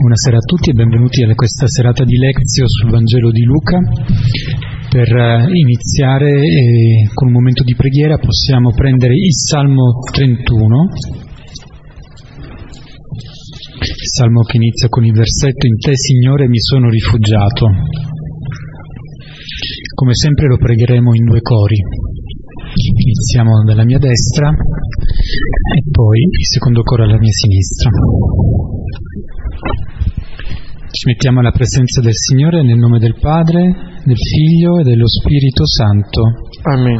Buonasera a tutti e benvenuti a questa serata di Lectio sul Vangelo di Luca. Per iniziare con un momento di preghiera possiamo prendere il Salmo 31, il Salmo che inizia con il versetto «In te, Signore, mi sono rifugiato». Come sempre lo pregheremo in due cori. Iniziamo dalla mia destra e poi il secondo coro alla mia sinistra. Ci mettiamo alla presenza del Signore nel nome del Padre, del Figlio e dello Spirito Santo. Amen.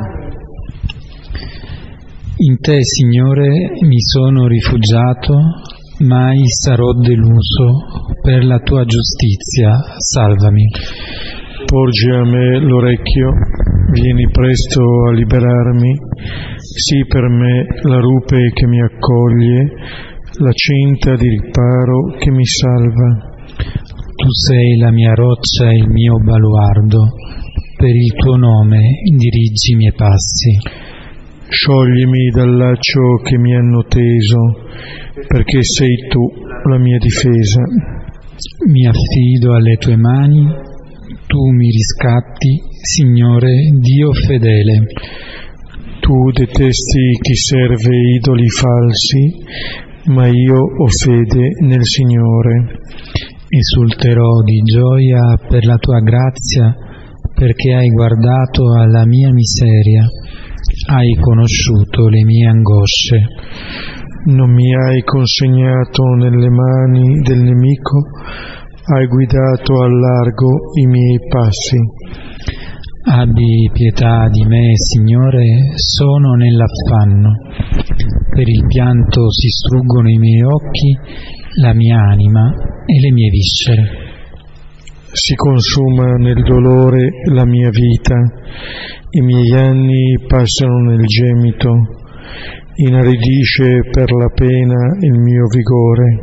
In te, Signore, mi sono rifugiato, mai sarò deluso, per la tua giustizia salvami. Porgi a me l'orecchio, vieni presto a liberarmi, sii per me la rupe che mi accoglie, la cinta di riparo che mi salva. Tu sei la mia roccia e il mio baluardo, per il tuo nome dirigi i miei passi. Scioglimi dal laccio che mi hanno teso, perché sei tu la mia difesa. Mi affido alle tue mani, tu mi riscatti, Signore Dio fedele. Tu detesti chi serve idoli falsi, ma io ho fede nel Signore. Esulterò di gioia per la tua grazia, perché hai guardato alla mia miseria, hai conosciuto le mie angosce. Non mi hai consegnato nelle mani del nemico, hai guidato al largo i miei passi. Abbi pietà di me, Signore, sono nell'affanno. Per il pianto si struggono i miei occhi, la mia anima e le mie viscere. Si consuma nel dolore la mia vita, i miei anni passano nel gemito, inaridisce per la pena il mio vigore,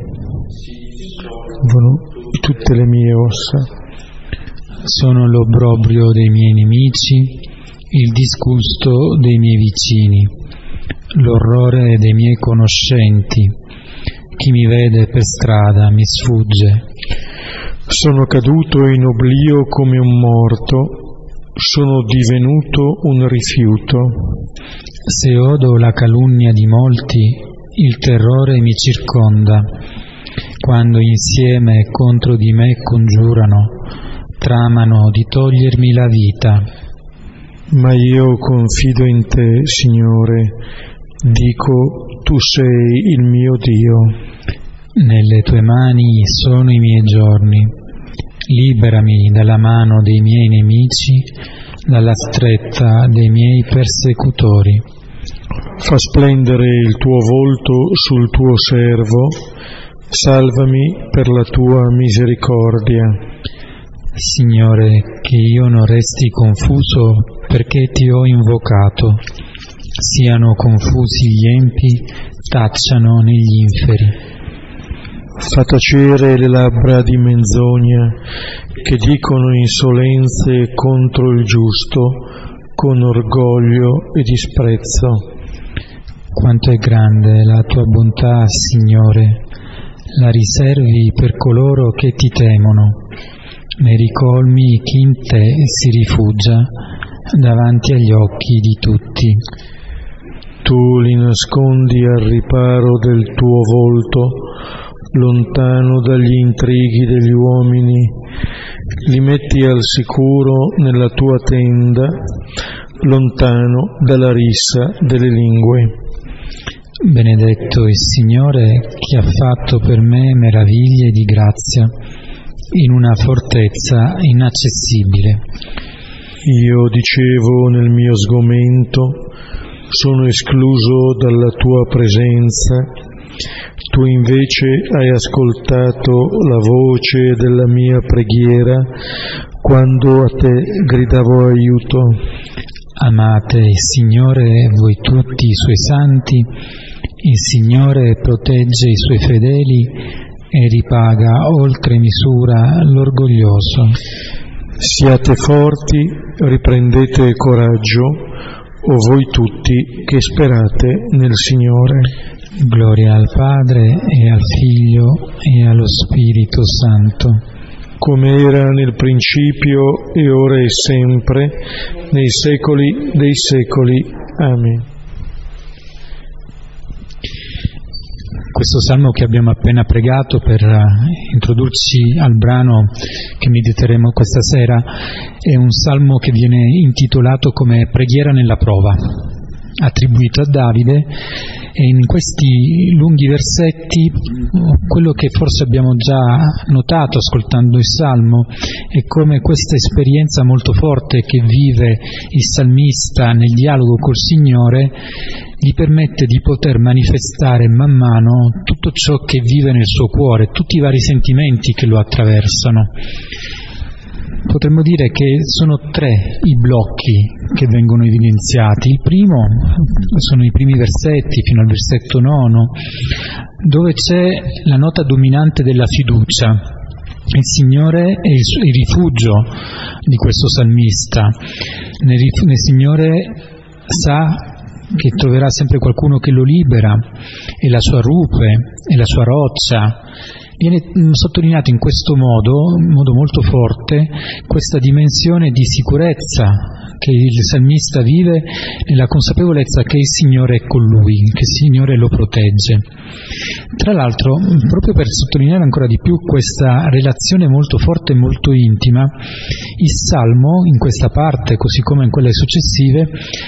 tutte le mie ossa. Sono l'obbrobrio dei miei nemici, il disgusto dei miei vicini, l'orrore dei miei conoscenti. Chi mi vede per strada mi sfugge. Sono caduto in oblio come un morto, sono divenuto un rifiuto. Se odo la calunnia di molti, il terrore mi circonda. Quando insieme contro di me congiurano, tramano di togliermi la vita. Ma io confido in te, Signore, dico, tu sei il mio Dio. Nelle tue mani sono i miei giorni. Liberami dalla mano dei miei nemici, dalla stretta dei miei persecutori. Fa splendere il tuo volto sul tuo servo, salvami per la tua misericordia. Signore, che io non resti confuso perché ti ho invocato. Siano confusi gli empi, tacciano negli inferi. Fa tacere le labbra di menzogna, che dicono insolenze contro il giusto, con orgoglio e disprezzo. Quanto è grande la tua bontà, Signore, la riservi per coloro che ti temono. Ne ricolmi chi in te si rifugia, davanti agli occhi di tutti. Tu li nascondi al riparo del tuo volto, lontano dagli intrighi degli uomini, li metti al sicuro nella tua tenda, lontano dalla rissa delle lingue. Benedetto il Signore che ha fatto per me meraviglie di grazia, in una fortezza inaccessibile. Io dicevo nel mio sgomento, sono escluso dalla tua presenza, tu invece hai ascoltato la voce della mia preghiera quando a te gridavo aiuto. Amate il Signore voi tutti i suoi santi, il Signore protegge i suoi fedeli e ripaga oltre misura l'orgoglioso. Siate forti, riprendete coraggio, o voi tutti che sperate nel Signore. Gloria al Padre e al Figlio e allo Spirito Santo, come era nel principio e ora e sempre, nei secoli dei secoli. Amen. Questo salmo che abbiamo appena pregato per introdurci al brano che mediteremo questa sera è un salmo che viene intitolato come Preghiera nella prova, attribuito a Davide, e in questi lunghi versetti quello che forse abbiamo già notato ascoltando il salmo è come questa esperienza molto forte che vive il salmista nel dialogo col Signore gli permette di poter manifestare man mano tutto ciò che vive nel suo cuore, tutti i vari sentimenti che lo attraversano. Potremmo dire che sono 3 i blocchi che vengono evidenziati. Il primo sono i primi versetti, fino al versetto 9, dove c'è la nota dominante della fiducia. Il Signore è il rifugio di questo salmista. Nel Signore sa che troverà sempre qualcuno che lo libera, è la sua rupe, è la sua roccia. Viene sottolineato in questo modo, in modo molto forte, questa dimensione di sicurezza che il salmista vive nella consapevolezza che il Signore è con lui, che il Signore lo protegge. Tra l'altro, proprio per sottolineare ancora di più questa relazione molto forte e molto intima, il Salmo, in questa parte, così come in quelle successive,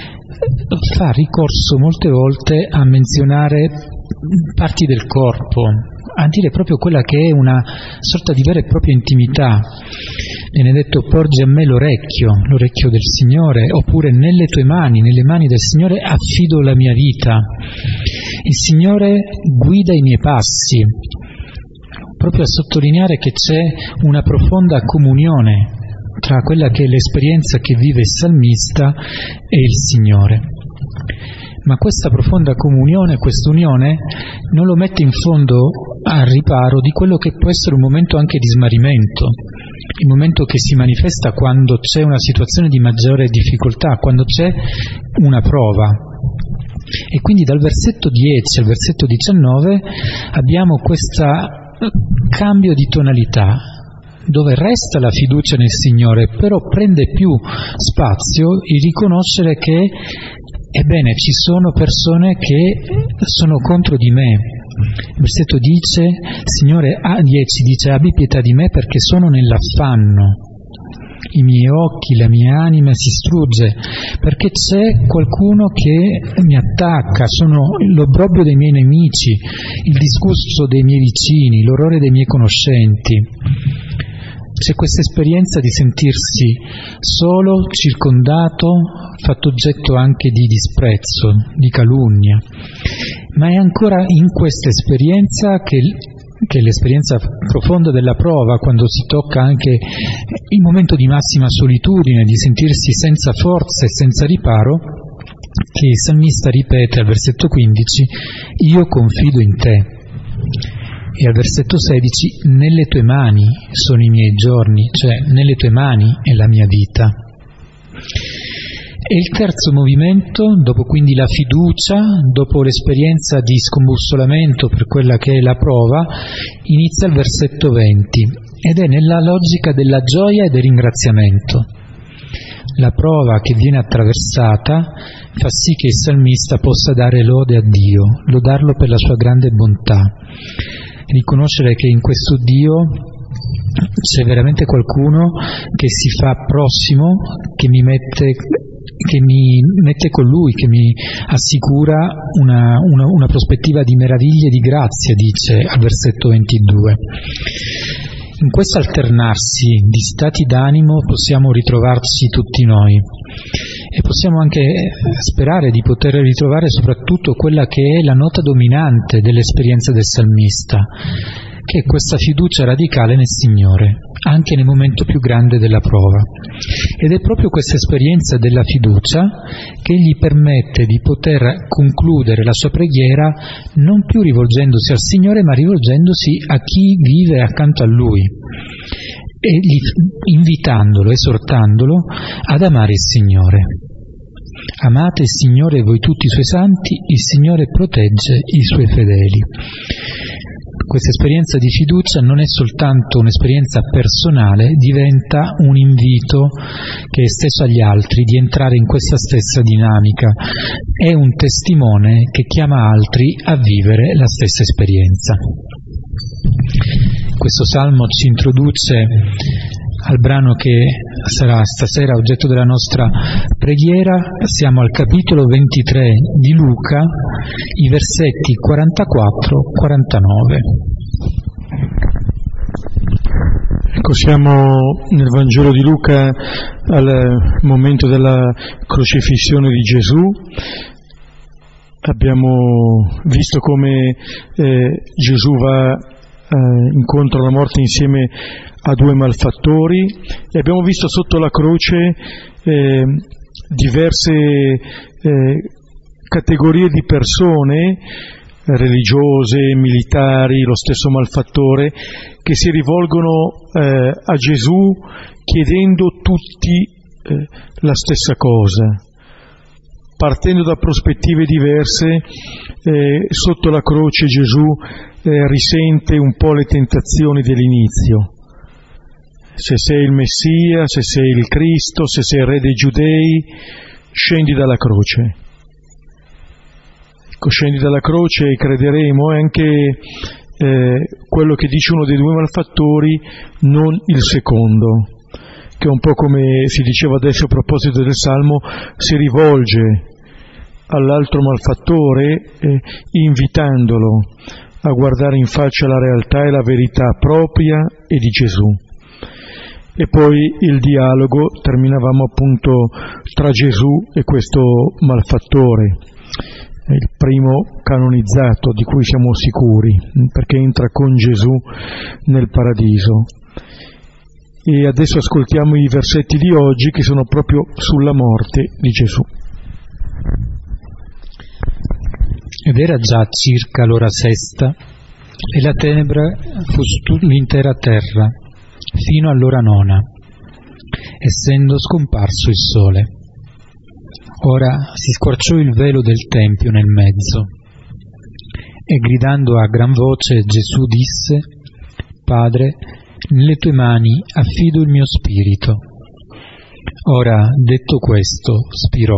fa ricorso molte volte a menzionare parti del corpo, a dire proprio quella che è una sorta di vera e propria intimità. Viene detto: porgi a me l'orecchio del Signore, oppure nelle tue mani, nelle mani del Signore affido la mia vita. Il Signore guida i miei passi, proprio a sottolineare che c'è una profonda comunione tra quella che è l'esperienza che vive il salmista e il Signore. Ma questa profonda comunione, questa unione, non lo mette in fondo al riparo di quello che può essere un momento anche di smarrimento, il momento che si manifesta quando c'è una situazione di maggiore difficoltà, quando c'è una prova. E quindi dal versetto 10 al versetto 19 abbiamo questo cambio di tonalità, dove resta la fiducia nel Signore, però prende più spazio il riconoscere che ebbene, ci sono persone che sono contro di me. Il versetto dice: Signore, 10 dice: abbi pietà di me perché sono nell'affanno. I miei occhi, la mia anima si strugge, perché c'è qualcuno che mi attacca, sono l'obbrobrio dei miei nemici, il disgusto dei miei vicini, l'orrore dei miei conoscenti. C'è questa esperienza di sentirsi solo, circondato, fatto oggetto anche di disprezzo, di calunnia. Ma è ancora in questa esperienza che è l'esperienza profonda della prova, quando si tocca anche il momento di massima solitudine, di sentirsi senza forza e senza riparo, che il salmista ripete al versetto 15: io confido in te. E al versetto 16: nelle tue mani sono i miei giorni, cioè nelle tue mani è la mia vita. E il terzo movimento, dopo quindi la fiducia, dopo l'esperienza di scombussolamento per quella che è la prova, inizia il versetto 20 ed è nella logica della gioia e del ringraziamento. La prova che viene attraversata fa sì che il salmista possa dare lode a Dio, lodarlo per la sua grande bontà, riconoscere che in questo Dio c'è veramente qualcuno che si fa prossimo, che mi mette con Lui, che mi assicura una prospettiva di meraviglie e di grazia, dice al versetto 22. In questo alternarsi di stati d'animo possiamo ritrovarci tutti noi e possiamo anche sperare di poter ritrovare soprattutto quella che è la nota dominante dell'esperienza del salmista, che è questa fiducia radicale nel Signore, anche nel momento più grande della prova. Ed è proprio questa esperienza della fiducia che gli permette di poter concludere la sua preghiera non più rivolgendosi al Signore, ma rivolgendosi a chi vive accanto a Lui, e invitandolo, esortandolo ad amare il Signore. Amate il Signore voi tutti i suoi santi, il Signore protegge i suoi fedeli. Questa esperienza di fiducia non è soltanto un'esperienza personale, diventa un invito che è esteso agli altri di entrare in questa stessa dinamica. È un testimone che chiama altri a vivere la stessa esperienza. Questo salmo ci introduce al brano che sarà stasera oggetto della nostra preghiera. Siamo al capitolo 23 di Luca, i versetti 44-49. Ecco, siamo nel Vangelo di Luca al momento della crocifissione di Gesù. Abbiamo visto come Gesù va incontro alla morte insieme a due malfattori e abbiamo visto sotto la croce diverse categorie di persone, religiose, militari, lo stesso malfattore, che si rivolgono a Gesù chiedendo tutti la stessa cosa. Partendo da prospettive diverse, sotto la croce Gesù risente un po' le tentazioni dell'inizio. Se sei il Messia, se sei il Cristo, se sei il Re dei Giudei, scendi dalla croce. Ecco, scendi dalla croce e crederemo. È anche quello che dice uno dei due malfattori, non il secondo, che è un po' come si diceva adesso a proposito del Salmo, si rivolge all'altro malfattore invitandolo a guardare in faccia la realtà e la verità propria e di Gesù. E poi il dialogo, terminavamo appunto tra Gesù e questo malfattore, il primo canonizzato di cui siamo sicuri, perché entra con Gesù nel paradiso. E adesso ascoltiamo i versetti di oggi che sono proprio sulla morte di Gesù. Ed era già circa l'ora sesta, e la tenebra fu su l'intera terra, fino all'ora nona, essendo scomparso il sole. Ora si squarciò il velo del tempio nel mezzo, e gridando a gran voce Gesù disse: Padre, nelle tue mani affido il mio spirito. Ora, detto questo, spirò.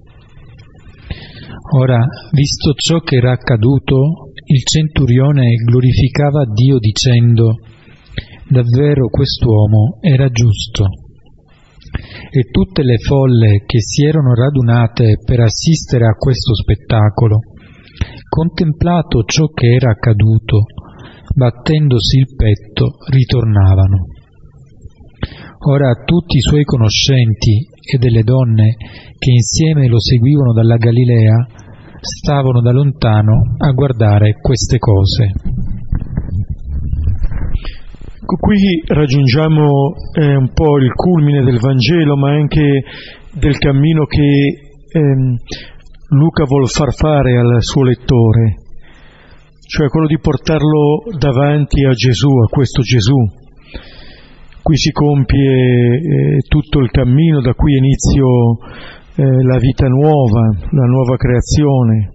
Ora, visto ciò che era accaduto, il centurione glorificava Dio dicendo: davvero quest'uomo era giusto. E tutte le folle che si erano radunate per assistere a questo spettacolo, contemplato ciò che era accaduto, battendosi il petto, ritornavano. Ora tutti i suoi conoscenti e delle donne che insieme lo seguivano dalla Galilea stavano da lontano a guardare queste cose. Qui raggiungiamo un po' il culmine del Vangelo, ma anche del cammino che Luca vuol far fare al suo lettore, cioè quello di portarlo davanti a Gesù, a questo Gesù. Qui si compie tutto il cammino, da cui inizio la vita nuova, la nuova creazione.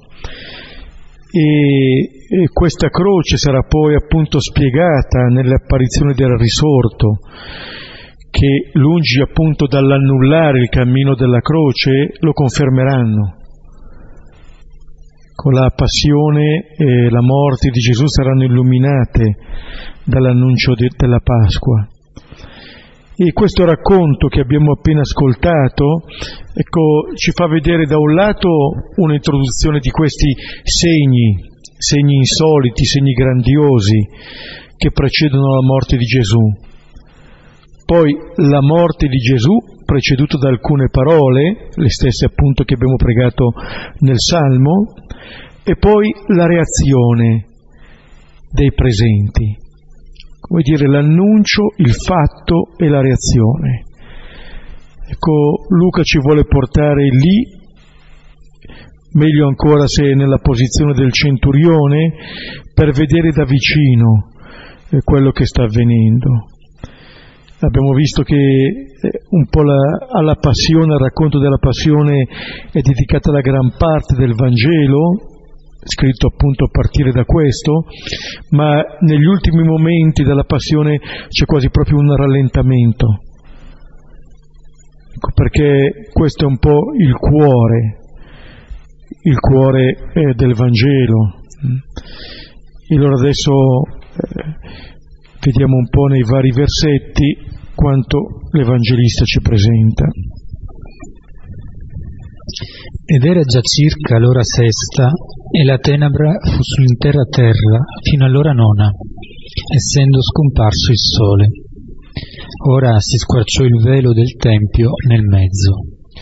E questa croce sarà poi appunto spiegata nell'apparizione del risorto, che lungi appunto dall'annullare il cammino della croce lo confermeranno. Con la passione e la morte di Gesù saranno illuminate dall'annuncio della Pasqua. E questo racconto che abbiamo appena ascoltato, ecco, ci fa vedere da un lato un'introduzione di questi segni insoliti, segni grandiosi che precedono la morte di Gesù. Poi la morte di Gesù, preceduta da alcune parole, le stesse appunto che abbiamo pregato nel Salmo, e poi la reazione dei presenti. Come dire, l'annuncio, il fatto e la reazione. Ecco, Luca ci vuole portare lì, meglio ancora se nella posizione del centurione, per vedere da vicino quello che sta avvenendo. Abbiamo visto che un po' alla passione, al racconto della passione è dedicata la gran parte del Vangelo, scritto appunto a partire da questo, ma negli ultimi momenti della passione c'è quasi proprio un rallentamento, perché questo è un po' il cuore del Vangelo. E allora adesso vediamo un po' nei vari versetti quanto l'Evangelista ci presenta. Ed era già circa l'ora sesta, e la tenebra fu sull'intera terra fino all'ora nona, essendo scomparso il sole. Ora si squarciò il velo del Tempio nel mezzo.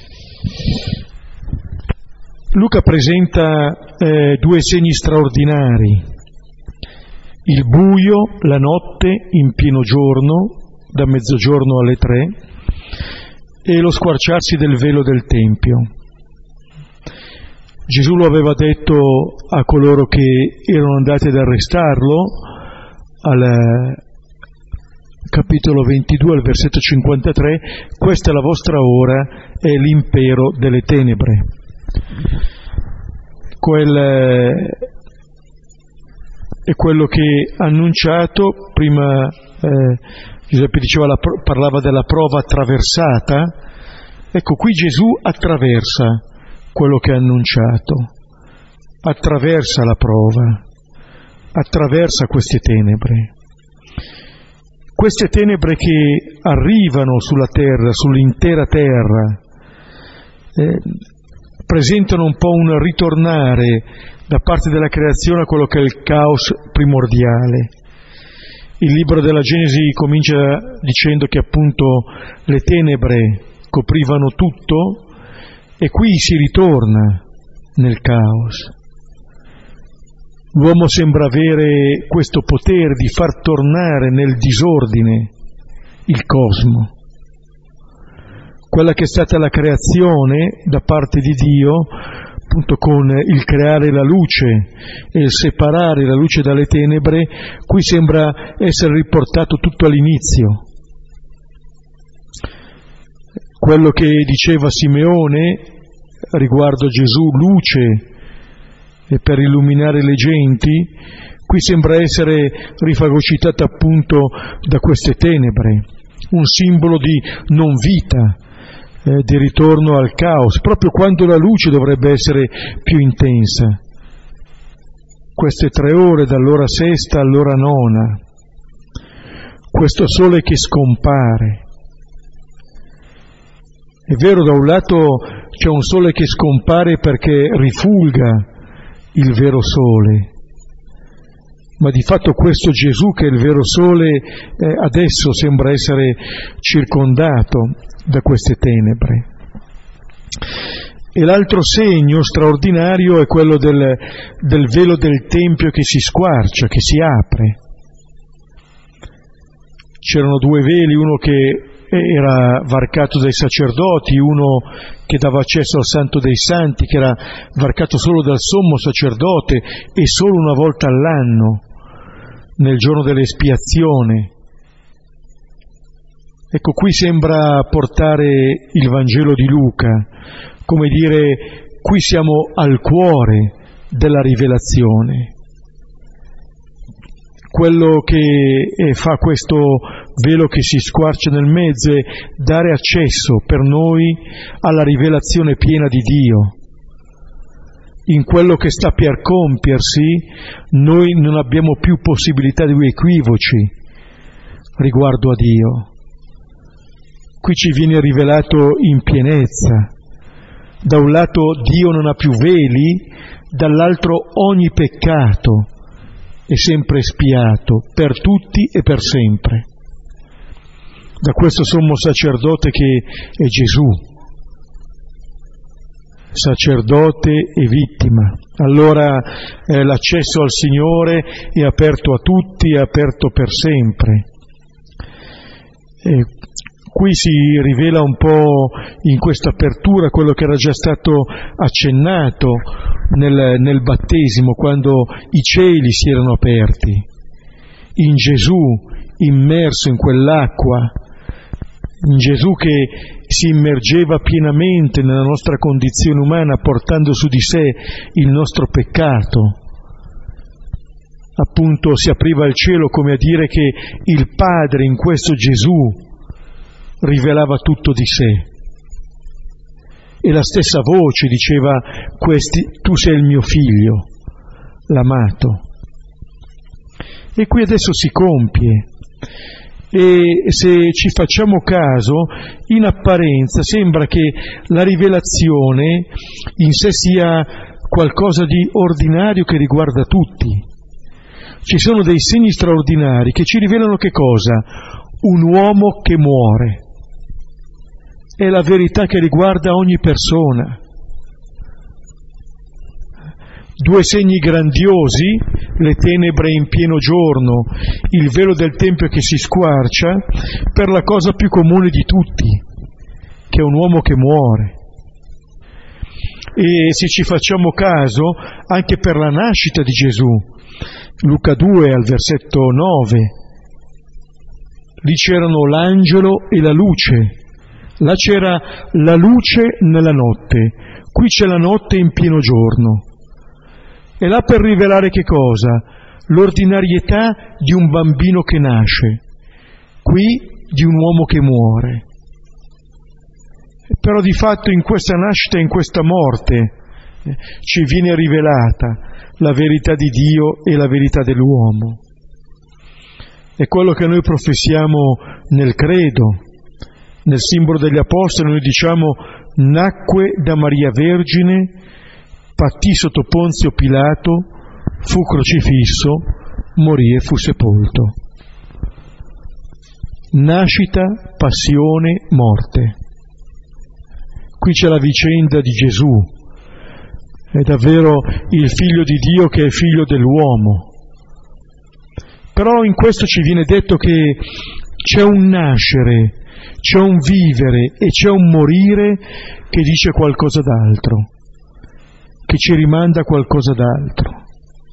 Luca presenta due segni straordinari: il buio, la notte in pieno giorno, da mezzogiorno alle 3, e lo squarciarsi del velo del Tempio. Gesù lo aveva detto a coloro che erano andati ad arrestarlo, al capitolo 22, al versetto 53, questa è la vostra ora, è l'impero delle tenebre. È quello che ha annunciato prima. Giuseppe diceva, parlava della prova attraversata. Ecco, qui Gesù attraversa quello che ha annunciato, attraversa la prova, attraversa queste tenebre che arrivano sulla terra, sull'intera terra, presentano un po' un ritornare da parte della creazione a quello che è il caos primordiale. Il libro della Genesi comincia dicendo che appunto le tenebre coprivano tutto, e qui si ritorna nel caos. L'uomo sembra avere questo potere di far tornare nel disordine il cosmo. Quella che è stata la creazione da parte di Dio, appunto con il creare la luce e il separare la luce dalle tenebre, qui sembra essere riportato tutto all'inizio. Quello che diceva Simeone riguardo Gesù, luce e per illuminare le genti, qui sembra essere rifagocitata appunto da queste tenebre, un simbolo di non vita, di ritorno al caos, proprio quando la luce dovrebbe essere più intensa. Queste 3 ore, dall'ora sesta all'ora nona, questo sole che scompare. È vero, da un lato c'è un sole che scompare perché rifulga il vero sole, ma di fatto questo Gesù, che è il vero sole, adesso sembra essere circondato da queste tenebre. E l'altro segno straordinario è quello del velo del Tempio che si squarcia, che si apre. C'erano 2 veli, uno che era varcato dai sacerdoti, uno che dava accesso al Santo dei Santi, che era varcato solo dal sommo sacerdote e solo una volta all'anno, nel giorno dell'espiazione. Ecco, qui sembra portare il Vangelo di Luca, come dire, qui siamo al cuore della rivelazione. Quello che fa questo velo che si squarcia nel mezzo è dare accesso per noi alla rivelazione piena di Dio. In quello che sta per compiersi noi non abbiamo più possibilità di equivoci riguardo a Dio. Qui ci viene rivelato in pienezza. Da un lato Dio non ha più veli, dall'altro ogni peccato è sempre espiato per tutti e per sempre. Da questo sommo sacerdote che è Gesù, sacerdote e vittima. Allora l'accesso al Signore è aperto a tutti, è aperto per sempre. Qui si rivela un po' in questa apertura quello che era già stato accennato nel battesimo, quando i cieli si erano aperti. In Gesù, immerso in quell'acqua, in Gesù che si immergeva pienamente nella nostra condizione umana, portando su di sé il nostro peccato. Appunto si apriva il cielo, come a dire che il Padre in questo Gesù rivelava tutto di sé. E la stessa voce diceva: tu sei il mio figlio, l'amato. E qui adesso si compie. E se ci facciamo caso, in apparenza sembra che la rivelazione in sé sia qualcosa di ordinario che riguarda tutti. Ci sono dei segni straordinari che ci rivelano che cosa? Un uomo che muore. È la verità che riguarda ogni persona. Due segni grandiosi, le tenebre in pieno giorno, il velo del Tempio che si squarcia, per la cosa più comune di tutti, che è un uomo che muore. E se ci facciamo caso, anche per la nascita di Gesù, Luca 2 al versetto 9, lì c'erano l'angelo e la luce. Là c'era la luce nella notte, qui c'è la notte in pieno giorno. E là per rivelare che cosa? L'ordinarietà di un bambino che nasce, qui di un uomo che muore. Però di fatto in questa nascita e in questa morte ci viene rivelata la verità di Dio e la verità dell'uomo. È quello che noi professiamo nel credo, nel simbolo degli Apostoli. Noi diciamo: nacque da Maria Vergine, patì sotto Ponzio Pilato, fu crocifisso, morì e fu sepolto. Nascita, passione, morte. Qui c'è la vicenda di Gesù. È davvero il figlio di Dio che è figlio dell'uomo. Però in questo ci viene detto che c'è un nascere, c'è un vivere e c'è un morire che dice qualcosa d'altro, che ci rimanda a qualcosa d'altro.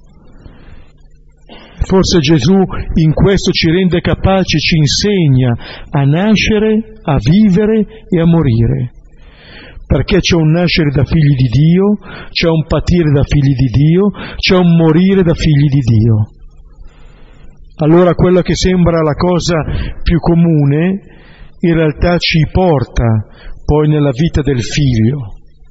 Forse Gesù in questo ci rende capaci, ci insegna a nascere, a vivere e a morire, perché c'è un nascere da figli di Dio, c'è un patire da figli di Dio, c'è un morire da figli di Dio. Allora quella che sembra la cosa più comune in realtà ci porta poi nella vita del figlio.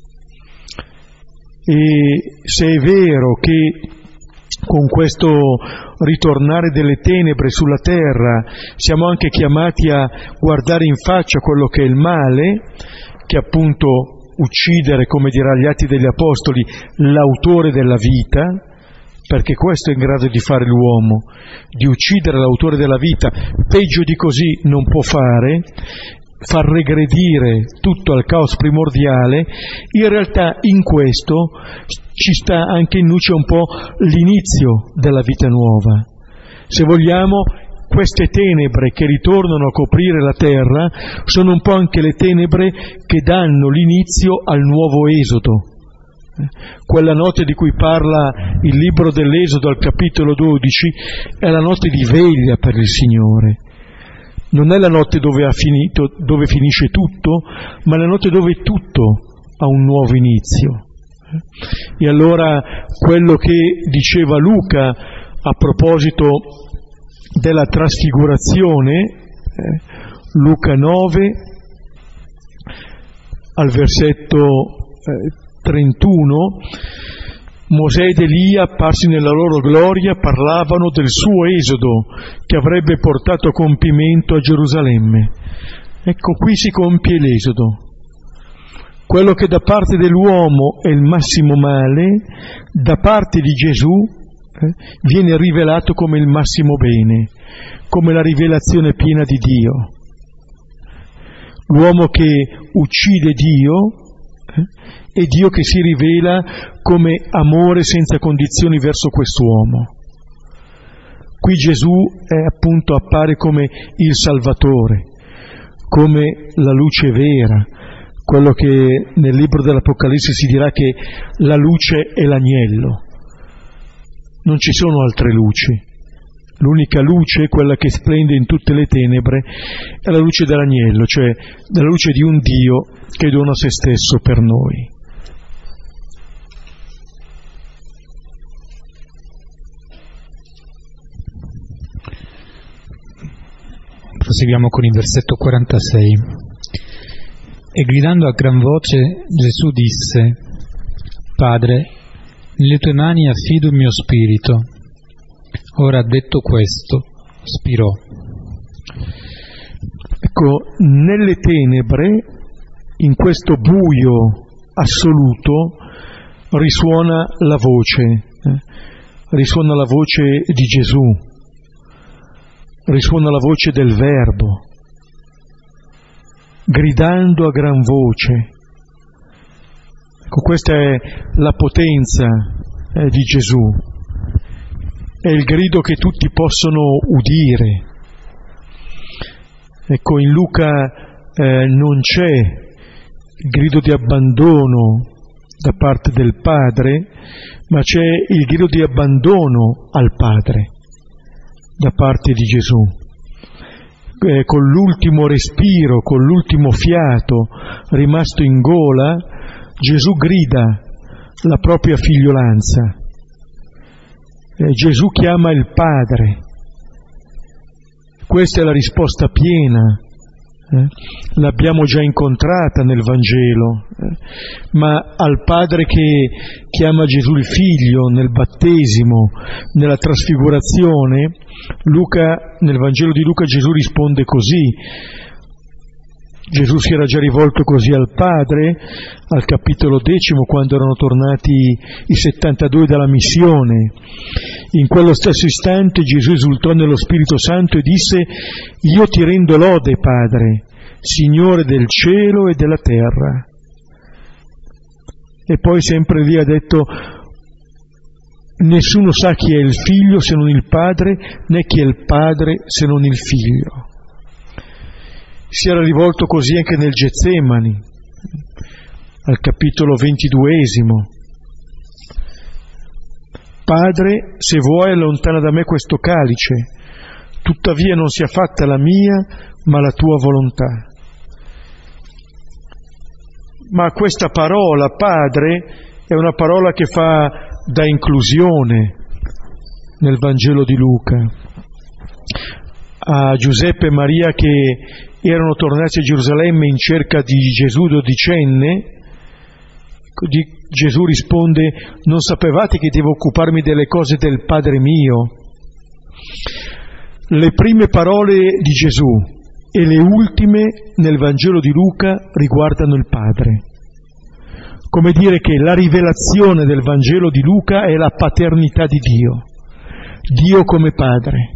E se è vero che con questo ritornare delle tenebre sulla terra siamo anche chiamati a guardare in faccia quello che è il male, che appunto uccidere, come dirà gli Atti degli Apostoli, l'autore della vita, perché questo è in grado di fare l'uomo, di uccidere l'autore della vita, peggio di così non può fare, far regredire tutto al caos primordiale. In realtà in questo ci sta anche in luce un po' l'inizio della vita nuova. Se vogliamo, queste tenebre che ritornano a coprire la terra sono un po' anche le tenebre che danno l'inizio al nuovo Esodo. Quella notte di cui parla il libro dell'Esodo al capitolo 12 è la notte di veglia per il Signore. Non è la notte dove finisce tutto, ma la notte dove tutto ha un nuovo inizio. E allora quello che diceva Luca a proposito della trasfigurazione, Luca 9 al versetto 31, Mosè ed Elia, apparsi nella loro gloria, parlavano del suo esodo che avrebbe portato a compimento a Gerusalemme. Ecco, qui si compie l'esodo. Quello che da parte dell'uomo è il massimo male, da parte di Gesù viene rivelato come il massimo bene, come la rivelazione piena di Dio. L'uomo che uccide Dio è Dio che si rivela come amore senza condizioni verso quest'uomo. Qui Gesù appunto appare come il Salvatore, come la luce vera, quello che nel libro dell'Apocalisse si dirà che la luce è l'agnello. Non ci sono altre luci, L'unica luce, quella che splende in tutte le tenebre, è la luce dell'agnello, cioè la luce di un Dio che dona se stesso per noi. Proseguiamo con il versetto 46. E gridando a gran voce Gesù disse: Padre, nelle tue mani affido il mio spirito. Ora detto questo, spirò. Ecco, nelle tenebre, in questo buio assoluto, risuona la voce di Gesù, risuona la voce del Verbo, gridando a gran voce. Ecco, questa è la potenza di Gesù. È il grido che tutti possono udire. Ecco, in Luca non c'è il grido di abbandono da parte del Padre, ma c'è il grido di abbandono al Padre da parte di Gesù. Con l'ultimo respiro, con l'ultimo fiato rimasto in gola, Gesù grida la propria figliolanza. Gesù chiama il Padre. Questa è la risposta piena. L'abbiamo già incontrata nel Vangelo, ma al Padre che chiama Gesù il Figlio nel battesimo, nella trasfigurazione, nel Vangelo di Luca Gesù risponde così. Gesù si era già rivolto così al Padre al capitolo 10, quando erano tornati i 72 dalla missione. In quello stesso istante Gesù esultò nello Spirito Santo e disse: Io ti rendo lode, Padre, Signore del cielo e della terra. E poi sempre lì ha detto: nessuno sa chi è il Figlio se non il Padre, né chi è il Padre se non il Figlio. Si era rivolto così anche nel Getsemani, al capitolo 22. Padre, se vuoi allontana da me questo calice, tuttavia non sia fatta la mia, ma la tua volontà. Ma questa parola, Padre, è una parola che fa da inclusione nel Vangelo di Luca. A Giuseppe e Maria che erano tornati a Gerusalemme in cerca di Gesù dodicenne, Gesù risponde: non sapevate che devo occuparmi delle cose del Padre mio? Le prime parole di Gesù e le ultime nel Vangelo di Luca riguardano il Padre. Come dire che la rivelazione del Vangelo di Luca è la paternità di Dio, Dio come Padre.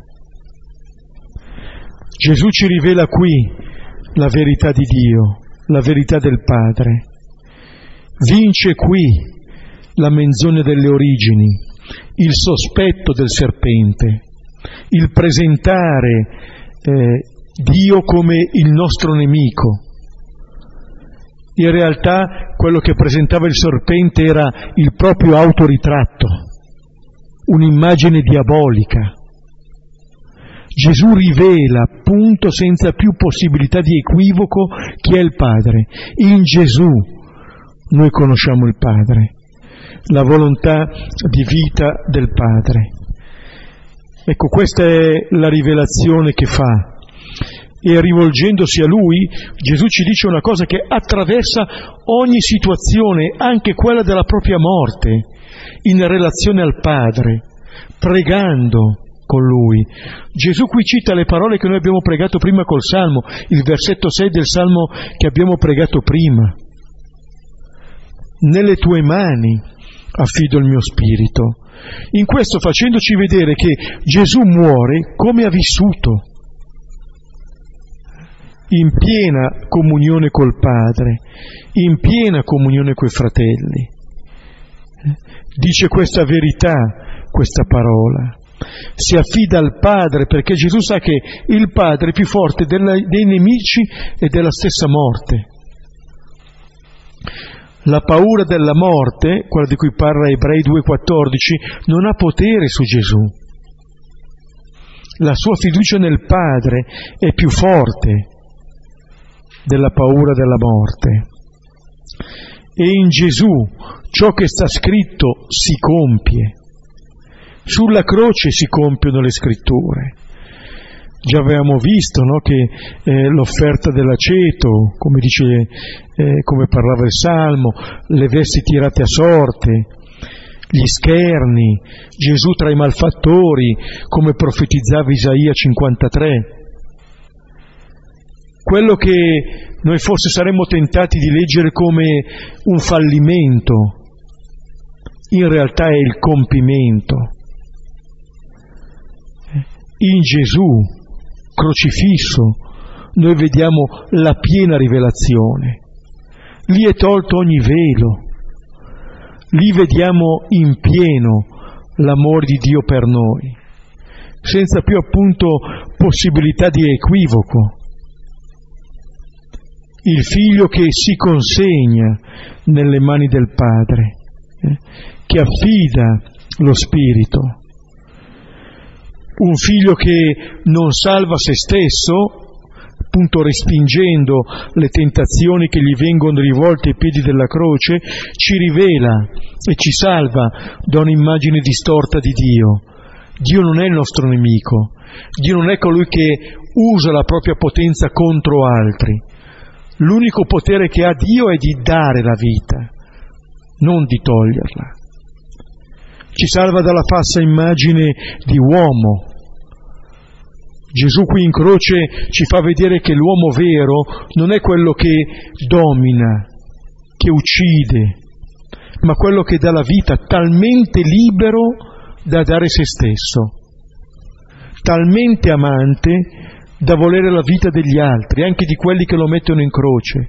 Gesù ci rivela qui la verità di Dio, la verità del Padre. Vince qui la menzogna delle origini, il sospetto del serpente, il presentare Dio come il nostro nemico. In realtà quello che presentava il serpente era il proprio autoritratto, un'immagine diabolica. Gesù rivela, appunto, senza più possibilità di equivoco, chi è il Padre. In Gesù noi conosciamo il Padre, la volontà di vita del Padre. Ecco, questa è la rivelazione che fa. E rivolgendosi a Lui, Gesù ci dice una cosa che attraversa ogni situazione, anche quella della propria morte, in relazione al Padre, pregando con Lui. Gesù qui cita le parole che noi abbiamo pregato prima col Salmo, il versetto 6 del Salmo che abbiamo pregato prima. Nelle tue mani affido il mio spirito. In questo facendoci vedere che Gesù muore come ha vissuto, in piena comunione col Padre, in piena comunione coi fratelli. Dice questa verità, questa parola. Si affida al Padre perché Gesù sa che il Padre è più forte dei nemici e della stessa morte. La paura della morte, quella di cui parla Ebrei 2,14, non ha potere su Gesù. La sua fiducia nel Padre è più forte della paura della morte. E in Gesù ciò che sta scritto si compie. Sulla croce si compiono le scritture. Già avevamo visto, no, che l'offerta dell'aceto, come dice, come parlava il Salmo, le vesti tirate a sorte, gli scherni, Gesù tra i malfattori, come profetizzava Isaia 53. Quello che noi forse saremmo tentati di leggere come un fallimento, in realtà è il compimento. In Gesù crocifisso noi vediamo la piena rivelazione. Lì è tolto ogni velo. Lì vediamo in pieno l'amore di Dio per noi, senza più appunto possibilità di equivoco. Il Figlio che si consegna nelle mani del Padre, che affida lo Spirito. Un Figlio che non salva se stesso, appunto respingendo le tentazioni che gli vengono rivolte ai piedi della croce, ci rivela e ci salva da un'immagine distorta di Dio. Dio non è il nostro nemico, Dio non è colui che usa la propria potenza contro altri. L'unico potere che ha Dio è di dare la vita, non di toglierla. Ci salva dalla falsa immagine di uomo. Gesù qui in croce ci fa vedere che l'uomo vero non è quello che domina, che uccide, ma quello che dà la vita, talmente libero da dare se stesso, talmente amante da volere la vita degli altri, anche di quelli che lo mettono in croce.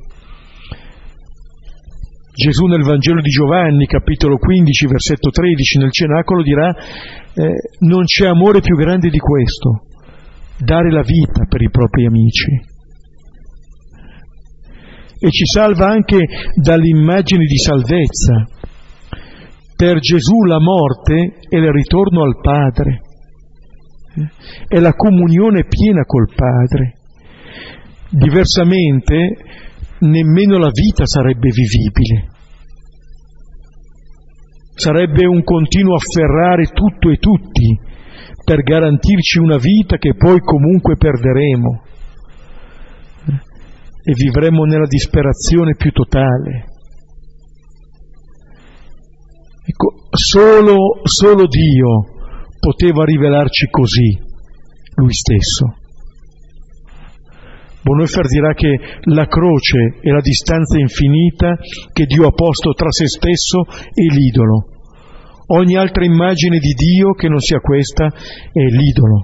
Gesù nel Vangelo di Giovanni, capitolo 15, versetto 13, nel cenacolo dirà non c'è amore più grande di questo, dare la vita per i propri amici. E ci salva anche dall'immagine di salvezza. Per Gesù la morte è il ritorno al Padre, è la comunione piena col Padre. Diversamente nemmeno la vita sarebbe vivibile. Sarebbe un continuo afferrare tutto e tutti per garantirci una vita che poi comunque perderemo e vivremo nella disperazione più totale. Ecco, solo Dio poteva rivelarci così Lui stesso. Bonhoeffer dirà che la croce è la distanza infinita che Dio ha posto tra se stesso e l'idolo. Ogni altra immagine di Dio che non sia questa è l'idolo.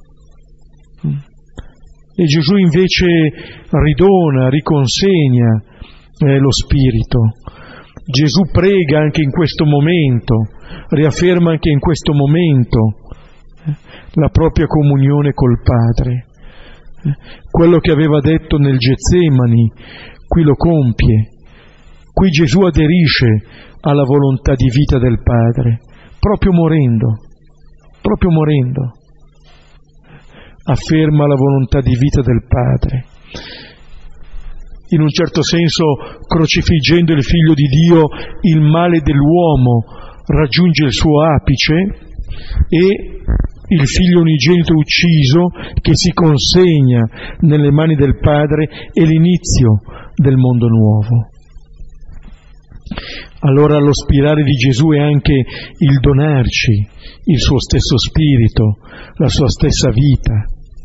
E Gesù invece ridona, riconsegna lo Spirito. Gesù prega anche in questo momento, riafferma anche in questo momento la propria comunione col Padre. Quello che aveva detto nel Getsemani, qui lo compie. Qui Gesù aderisce alla volontà di vita del Padre, proprio morendo, afferma la volontà di vita del Padre. In un certo senso, crocifiggendo il Figlio di Dio, il male dell'uomo raggiunge il suo apice e il Figlio unigenito ucciso, che si consegna nelle mani del Padre, è l'inizio del mondo nuovo. Allora lo spirare di Gesù è anche il donarci il suo stesso spirito, la sua stessa vita.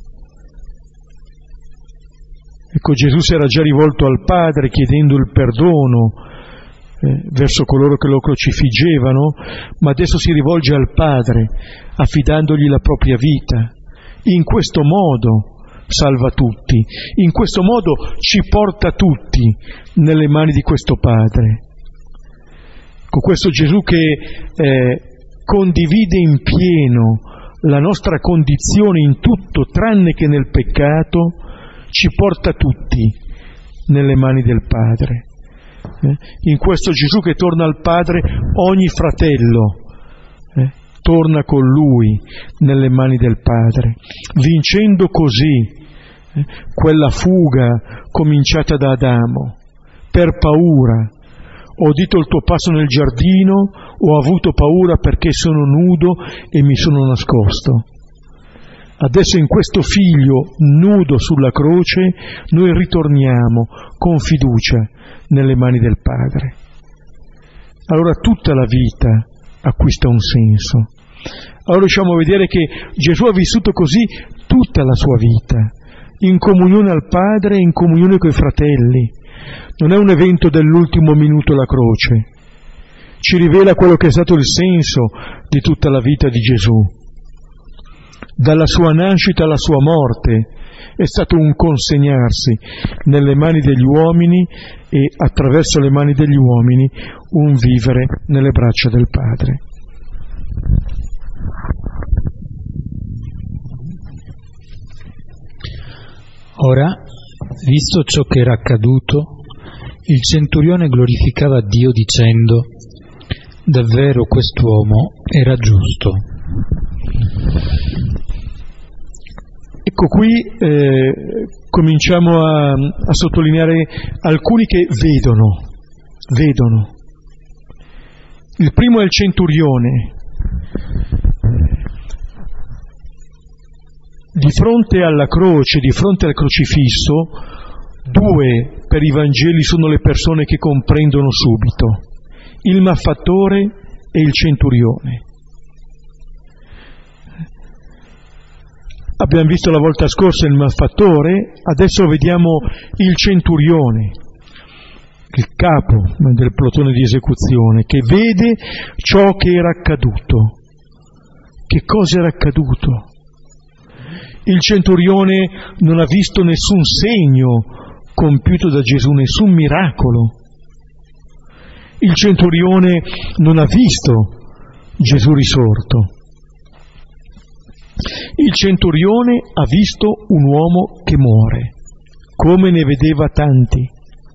Ecco, Gesù si era già rivolto al Padre chiedendo il perdono verso coloro che lo crocifiggevano, ma adesso si rivolge al Padre affidandogli la propria vita. In questo modo salva tutti, in questo modo ci porta tutti nelle mani di questo Padre. Con questo Gesù che condivide in pieno la nostra condizione in tutto tranne che nel peccato, ci porta tutti nelle mani del Padre. In questo Gesù che torna al Padre, ogni fratello torna con lui nelle mani del Padre, vincendo così quella fuga cominciata da Adamo, per paura. Ho udito il tuo passo nel giardino, ho avuto paura perché sono nudo e mi sono nascosto. Adesso in questo figlio nudo sulla croce noi ritorniamo con fiducia nelle mani del Padre. Allora tutta la vita acquista un senso. Allora riusciamo a vedere che Gesù ha vissuto così tutta la sua vita, in comunione al Padre e in comunione coi fratelli. Non è un evento dell'ultimo minuto la croce, ci rivela quello che è stato il senso di tutta la vita di Gesù. Dalla sua nascita alla sua morte è stato un consegnarsi nelle mani degli uomini e attraverso le mani degli uomini un vivere nelle braccia del Padre. Ora, visto ciò che era accaduto, il centurione glorificava Dio dicendo: davvero quest'uomo era giusto. Ecco qui cominciamo a sottolineare alcuni che vedono. Il primo è il centurione. Di fronte alla croce, di fronte al crocifisso, due per i Vangeli sono le persone che comprendono subito: il malfattore e il centurione. Abbiamo visto la volta scorsa il malfattore, adesso vediamo il centurione, il capo del plotone di esecuzione, che vede ciò che era accaduto. Che cosa era accaduto? Il centurione non ha visto nessun segno compiuto da Gesù, nessun miracolo. Il centurione non ha visto Gesù risorto. Il centurione ha visto un uomo che muore, come ne vedeva tanti.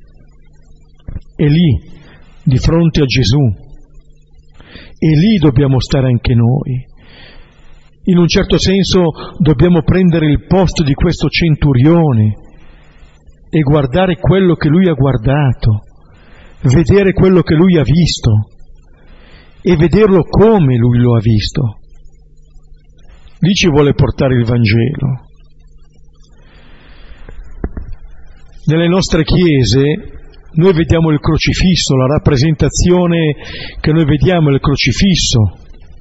E lì, di fronte a Gesù, e lì dobbiamo stare anche noi. In un certo senso dobbiamo prendere il posto di questo centurione e guardare quello che lui ha guardato, vedere quello che lui ha visto e vederlo come lui lo ha visto. Lì ci vuole portare il Vangelo. Nelle nostre chiese noi vediamo il crocifisso, la rappresentazione che noi vediamo è il crocifisso.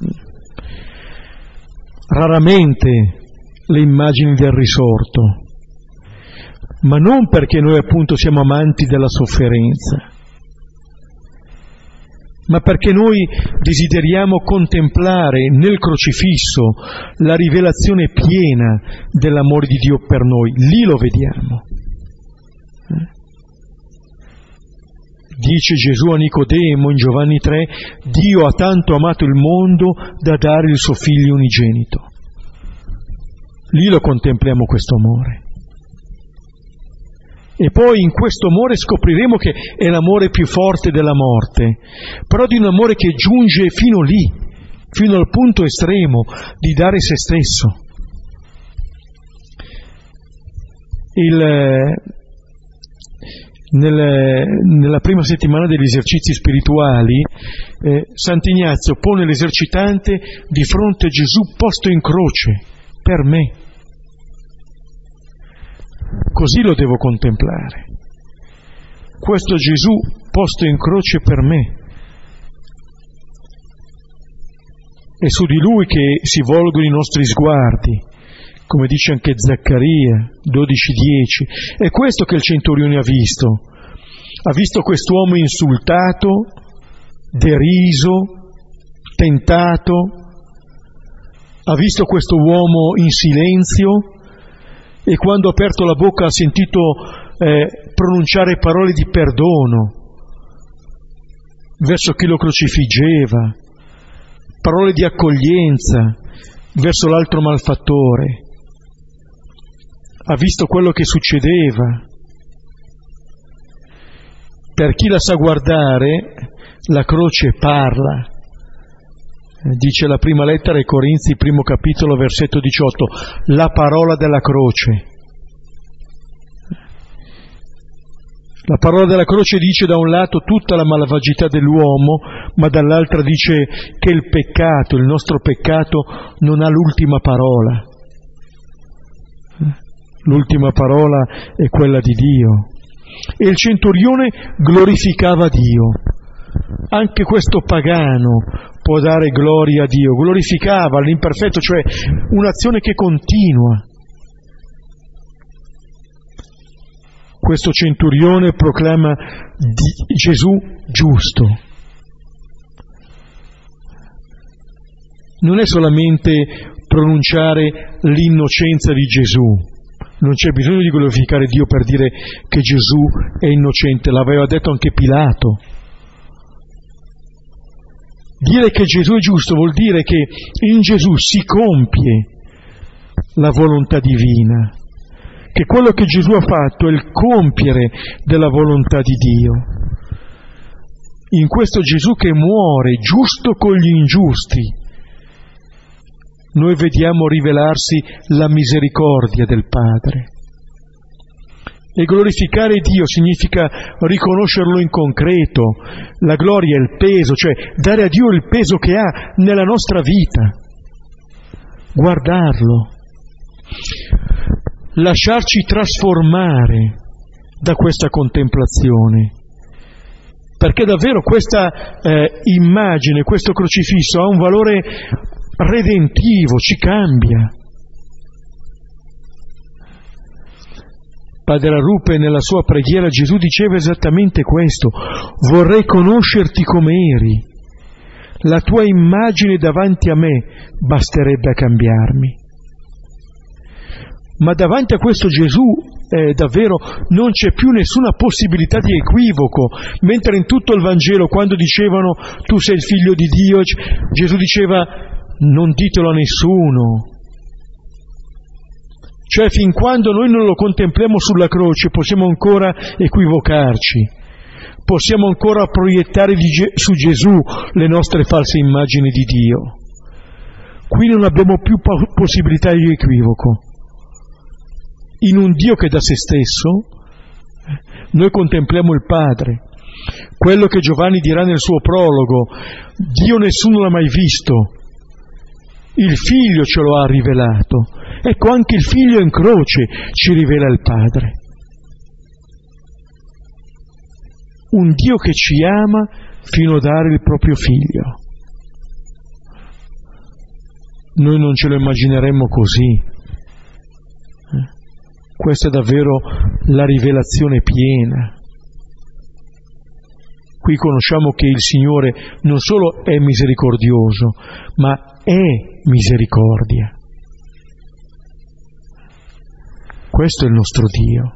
Raramente le immagini del risorto, ma non perché noi appunto siamo amanti della sofferenza, ma perché noi desideriamo contemplare nel crocifisso la rivelazione piena dell'amore di Dio per noi. Lì lo vediamo. Dice Gesù a Nicodemo in Giovanni 3: Dio ha tanto amato il mondo da dare il suo figlio unigenito. Lì lo contempliamo questo amore. E poi in questo amore scopriremo che è l'amore più forte della morte, però di un amore che giunge fino lì, fino al punto estremo di dare se stesso. Nella prima settimana degli esercizi spirituali, Sant'Ignazio pone l'esercitante di fronte a Gesù posto in croce per me. Così lo devo contemplare. Questo Gesù posto in croce per me. È su di lui che si volgono i nostri sguardi, come dice anche Zaccaria 12:10. È questo che il centurione ha visto. Ha visto quest'uomo insultato, deriso, tentato. Ha visto questo uomo in silenzio e quando ha aperto la bocca ha sentito pronunciare parole di perdono verso chi lo crocifiggeva, parole di accoglienza verso l'altro malfattore. Ha visto quello che succedeva. Per chi la sa guardare, la croce parla. Dice la prima lettera ai Corinzi, primo capitolo, versetto 18, la parola della croce. La parola della croce dice da un lato tutta la malvagità dell'uomo, ma dall'altra dice che il peccato, il nostro peccato, non ha l'ultima parola. L'ultima parola è quella di Dio. E il centurione glorificava Dio. Anche questo pagano può dare gloria a Dio, glorificava l'imperfetto, cioè un'azione che continua. Questo centurione proclama Gesù giusto. Non è solamente pronunciare l'innocenza di Gesù, non c'è bisogno di glorificare Dio per dire che Gesù è innocente, l'aveva detto anche Pilato. Dire che Gesù è giusto vuol dire che in Gesù si compie la volontà divina, che quello che Gesù ha fatto è il compiere della volontà di Dio. In questo Gesù che muore giusto con gli ingiusti, noi vediamo rivelarsi la misericordia del Padre. E glorificare Dio significa riconoscerlo in concreto, la gloria e il peso, cioè dare a Dio il peso che ha nella nostra vita, guardarlo, lasciarci trasformare da questa contemplazione, perché davvero questa immagine, questo crocifisso ha un valore redentivo, ci cambia. Padre Arrupe nella sua preghiera Gesù diceva esattamente questo: vorrei conoscerti come eri, la tua immagine davanti a me basterebbe a cambiarmi. Ma davanti a questo Gesù davvero non c'è più nessuna possibilità di equivoco, mentre in tutto il Vangelo quando dicevano tu sei il figlio di Dio, Gesù diceva non ditelo a nessuno. Cioè fin quando noi non lo contempliamo sulla croce possiamo ancora equivocarci, possiamo ancora proiettare su Gesù le nostre false immagini di Dio. Qui non abbiamo più possibilità di equivoco. In un Dio che da se stesso noi contempliamo il Padre, quello che Giovanni dirà nel suo prologo: Dio nessuno l'ha mai visto, il Figlio ce lo ha rivelato. Ecco, anche il Figlio in croce ci rivela il Padre. Un Dio che ci ama fino a dare il proprio Figlio. Noi non ce lo immagineremmo così. Questa è davvero la rivelazione piena. Qui conosciamo che il Signore non solo è misericordioso, ma è misericordia. Questo è il nostro Dio.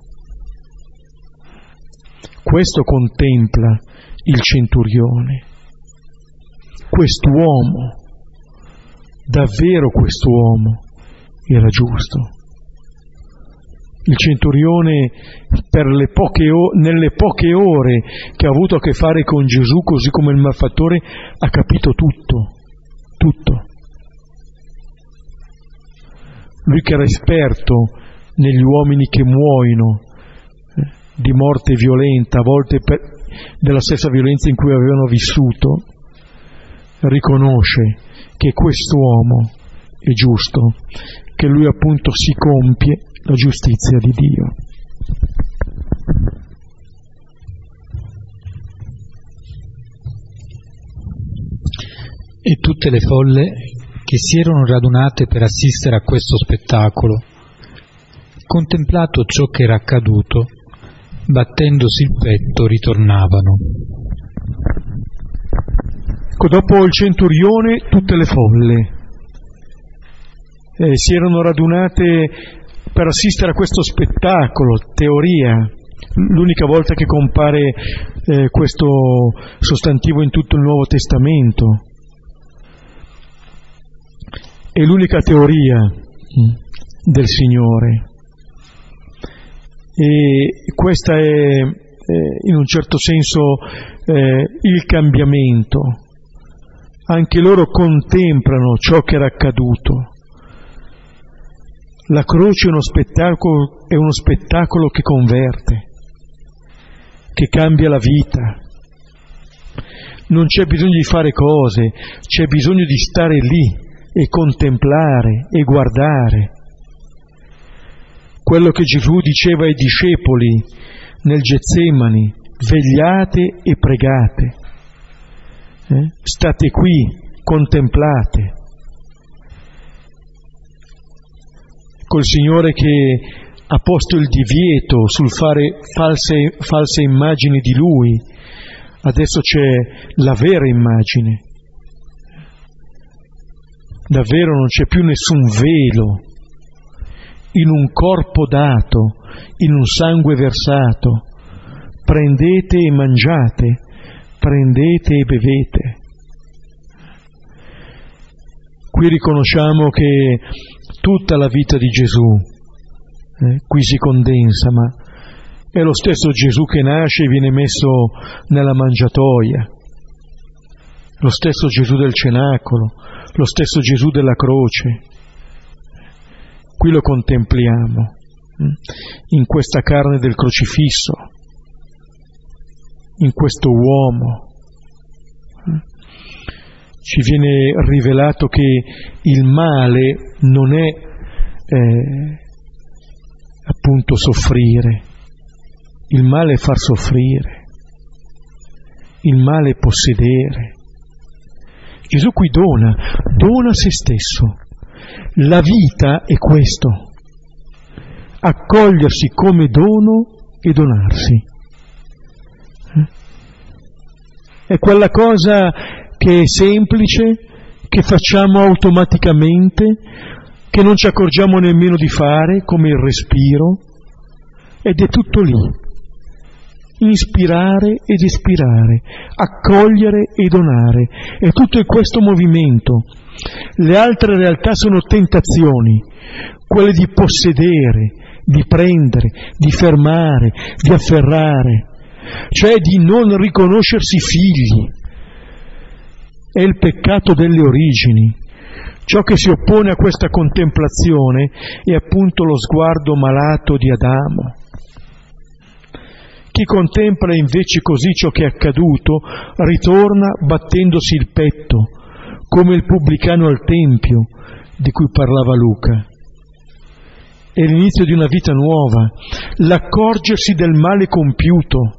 Questo contempla il centurione. Quest'uomo, davvero quest'uomo, era giusto. Il centurione nelle poche ore che ha avuto a che fare con Gesù, così come il malfattore, ha capito tutto. Lui che era esperto negli uomini che muoiono di morte violenta, a volte della stessa violenza in cui avevano vissuto, riconosce che quest'uomo è giusto, che lui appunto si compie la giustizia di Dio. E tutte le folle che si erano radunate per assistere a questo spettacolo, contemplato ciò che era accaduto, battendosi il petto ritornavano. Ecco, dopo il centurione tutte le folle si erano radunate per assistere a questo spettacolo, teoria, l'unica volta che compare questo sostantivo in tutto il Nuovo Testamento. È l'unica teoria del Signore. E questa è in un certo senso il cambiamento. anche loro contemplano ciò che era accaduto. La croce è uno spettacolo che converte, che cambia la vita. Non c'è bisogno di fare cose, c'è bisogno di stare lì e contemplare e guardare. Quello che Gesù diceva ai discepoli nel Getsemani: vegliate e pregate. State qui, contemplate. Col Signore che ha posto il divieto sul fare false immagini di Lui, adesso c'è la vera immagine. Davvero non c'è più nessun velo. In un corpo dato, in un sangue versato, prendete e mangiate, prendete e bevete. Qui riconosciamo che tutta la vita di Gesù qui si condensa, ma è lo stesso Gesù che nasce e viene messo nella mangiatoia, lo stesso Gesù del cenacolo, lo stesso Gesù della croce. Qui lo contempliamo in questa carne del crocifisso, in questo uomo. Ci viene rivelato che il male non è appunto soffrire, il male è far soffrire, il male è possedere. Gesù qui dona se stesso. La vita è questo: accogliersi come dono e donarsi. È quella cosa che è semplice, che facciamo automaticamente, che non ci accorgiamo nemmeno di fare, come il respiro, ed è tutto lì. Inspirare ed espirare, accogliere e donare, è tutto in questo movimento. Le altre realtà sono tentazioni, quelle di possedere, di prendere, di fermare, di afferrare, cioè di non riconoscersi figli. È il peccato delle origini. Ciò che si oppone a questa contemplazione è appunto lo sguardo malato di Adamo. Chi contempla invece così ciò che è accaduto ritorna battendosi il petto, come il pubblicano al Tempio di cui parlava Luca. È l'inizio di una vita nuova, l'accorgersi del male compiuto.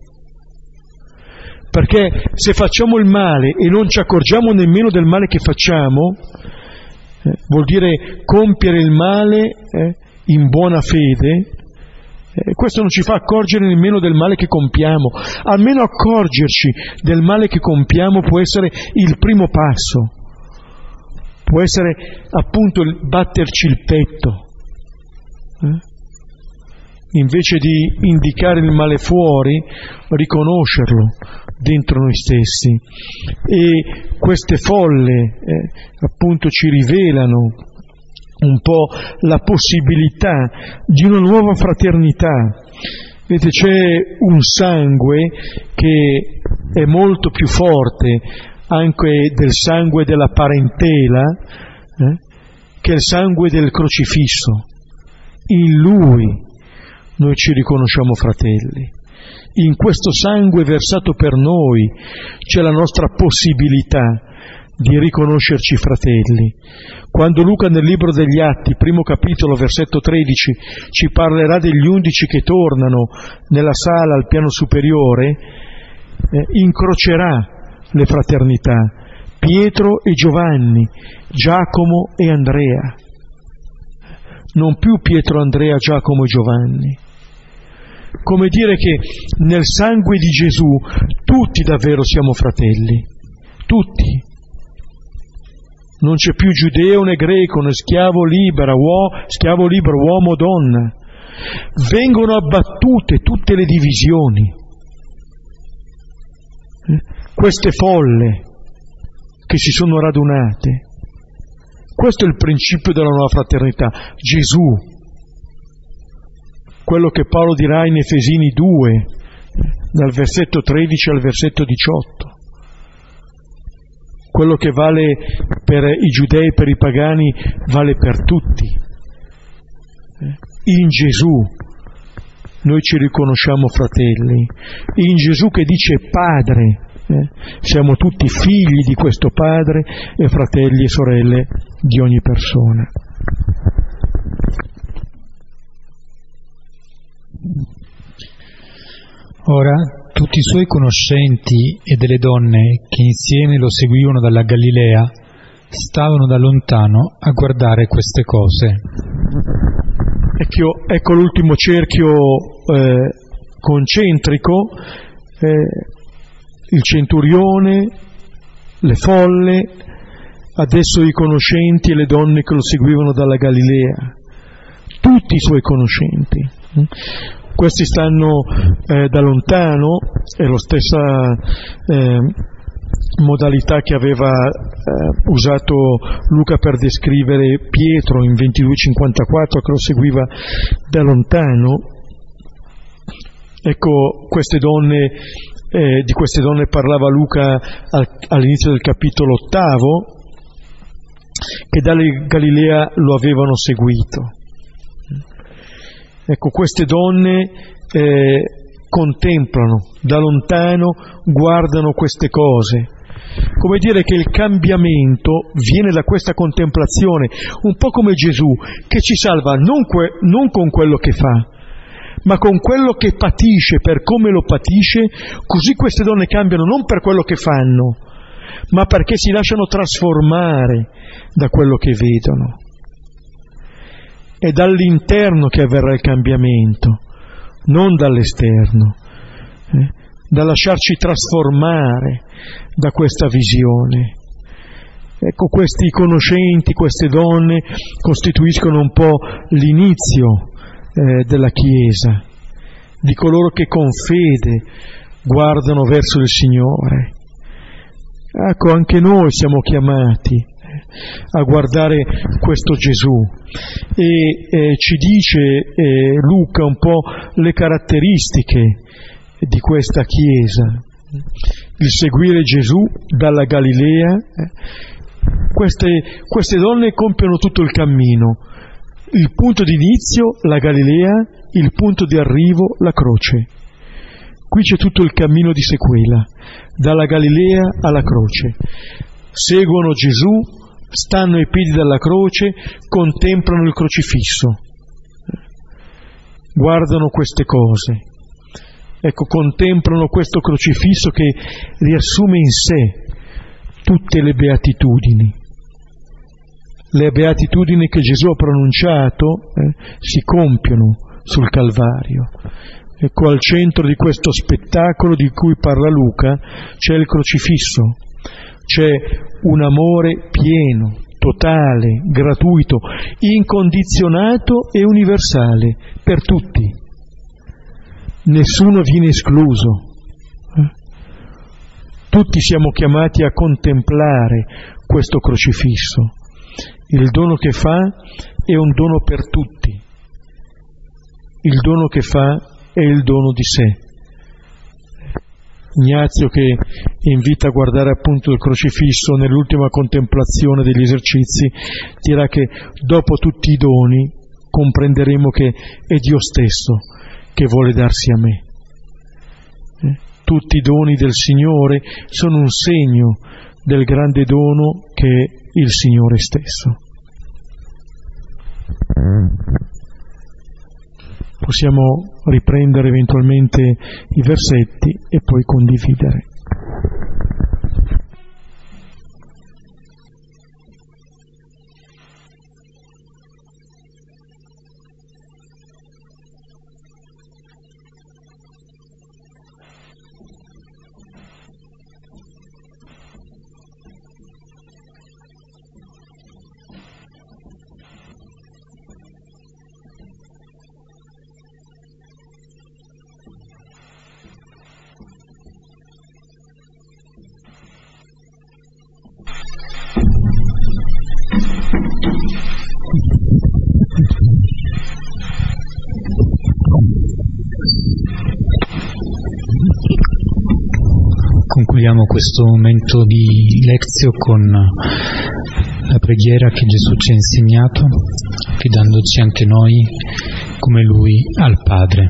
Perché se facciamo il male e non ci accorgiamo nemmeno del male che facciamo, vuol dire compiere il male in buona fede. Questo non ci fa accorgere nemmeno del male che compiamo. Almeno accorgerci del male che compiamo può essere il primo passo, può essere appunto il batterci il petto. Invece di indicare il male fuori, riconoscerlo dentro noi stessi. E queste folle appunto ci rivelano un po' la possibilità di una nuova fraternità. Vedete, c'è un sangue che è molto più forte anche del sangue della parentela, che è il sangue del crocifisso. In Lui noi ci riconosciamo fratelli. In questo sangue versato per noi c'è la nostra possibilità di riconoscerci fratelli. Quando Luca nel libro degli Atti, primo capitolo, versetto 13, ci parlerà degli 11 che tornano nella sala al piano superiore, incrocerà le fraternità, Pietro e Giovanni, Giacomo e Andrea. Non più Pietro, Andrea, Giacomo e Giovanni. Come dire che nel sangue di Gesù tutti davvero siamo fratelli, tutti. Non c'è più giudeo né greco, né schiavo libero, uomo o donna. Vengono abbattute tutte le divisioni, queste folle che si sono radunate. Questo è il principio della nuova fraternità. Gesù, quello che Paolo dirà in Efesini 2, dal versetto 13 al versetto 18. Quello che vale per i giudei, per i pagani, vale per tutti. In Gesù noi ci riconosciamo fratelli, in Gesù che dice Padre, siamo tutti figli di questo Padre e fratelli e sorelle di ogni persona. Ora tutti i suoi conoscenti e delle donne che insieme lo seguivano dalla Galilea stavano da lontano a guardare queste cose. Ecco l'ultimo cerchio concentrico, il centurione, le folle, adesso i conoscenti e le donne che lo seguivano dalla Galilea, tutti i suoi conoscenti. Questi stanno da lontano, è la stessa modalità che aveva usato Luca per descrivere Pietro in 22:54, che lo seguiva da lontano. Ecco, queste donne, di queste donne parlava Luca all'inizio del capitolo 8, che dalla Galilea lo avevano seguito. Ecco, queste donne contemplano da lontano, guardano queste cose. Come dire che il cambiamento viene da questa contemplazione, un po' come Gesù, che ci salva non con quello che fa, ma con quello che patisce, per come lo patisce. Così queste donne cambiano non per quello che fanno, ma perché si lasciano trasformare da quello che vedono. È dall'interno che avverrà il cambiamento, non dall'esterno, da lasciarci trasformare da questa visione. Ecco, questi conoscenti, queste donne costituiscono un po' l'inizio della Chiesa, di coloro che con fede guardano verso il Signore. Ecco, anche noi siamo chiamati a guardare questo Gesù e ci dice Luca un po' le caratteristiche di questa Chiesa, il seguire Gesù dalla Galilea. Queste donne compiono tutto il cammino, il punto di inizio la Galilea, il punto di arrivo la croce. Qui c'è tutto il cammino di sequela, dalla Galilea alla croce. Seguono Gesù, stanno ai piedi della croce, contemplano il crocifisso, guardano queste cose. Ecco, contemplano questo crocifisso che riassume in sé tutte le beatitudini. Le beatitudini che Gesù ha pronunciato si compiono sul Calvario. Ecco, al centro di questo spettacolo di cui parla Luca c'è il crocifisso, c'è un amore pieno, totale, gratuito, incondizionato e universale per tutti. Nessuno viene escluso. Tutti siamo chiamati a contemplare questo crocifisso. Il dono che fa è un dono per tutti. Il dono che fa è il dono di sé. Ignazio, che invita a guardare appunto il crocifisso nell'ultima contemplazione degli esercizi, dirà che dopo tutti i doni comprenderemo che è Dio stesso che vuole darsi a me. Tutti i doni del Signore sono un segno del grande dono che è il Signore stesso. Possiamo riprendere eventualmente i versetti e poi condividere. Concludiamo questo momento di lezio con la preghiera che Gesù ci ha insegnato, fidandoci anche noi come Lui al Padre.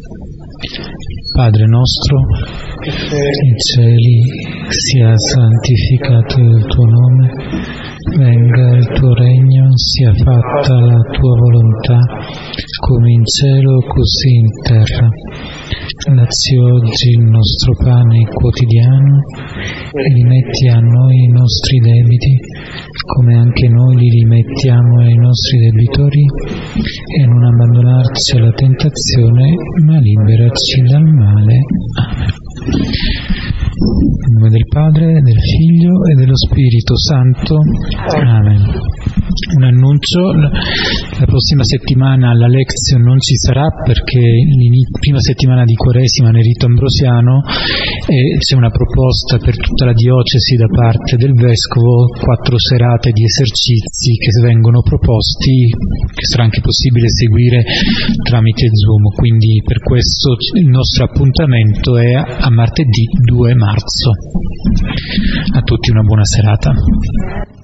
Padre nostro, nei cieli, sia santificato il tuo nome, venga il tuo regno, sia fatta la tua volontà, come in cielo così in terra. Dacci oggi il nostro pane quotidiano e rimetti a noi i nostri debiti, come anche noi li rimettiamo ai nostri debitori, e non abbandonarci alla tentazione, ma liberaci dal male. Amen. Nel nome del Padre, del Figlio e dello Spirito Santo. Amen. Un annuncio: la prossima settimana la lezione non ci sarà perché la prima settimana di Quaresima nel rito ambrosiano e c'è una proposta per tutta la diocesi da parte del Vescovo, 4 serate di esercizi che vengono proposti, che sarà anche possibile seguire tramite Zoom, quindi per questo il nostro appuntamento è a martedì 2 marzo. A tutti una buona serata.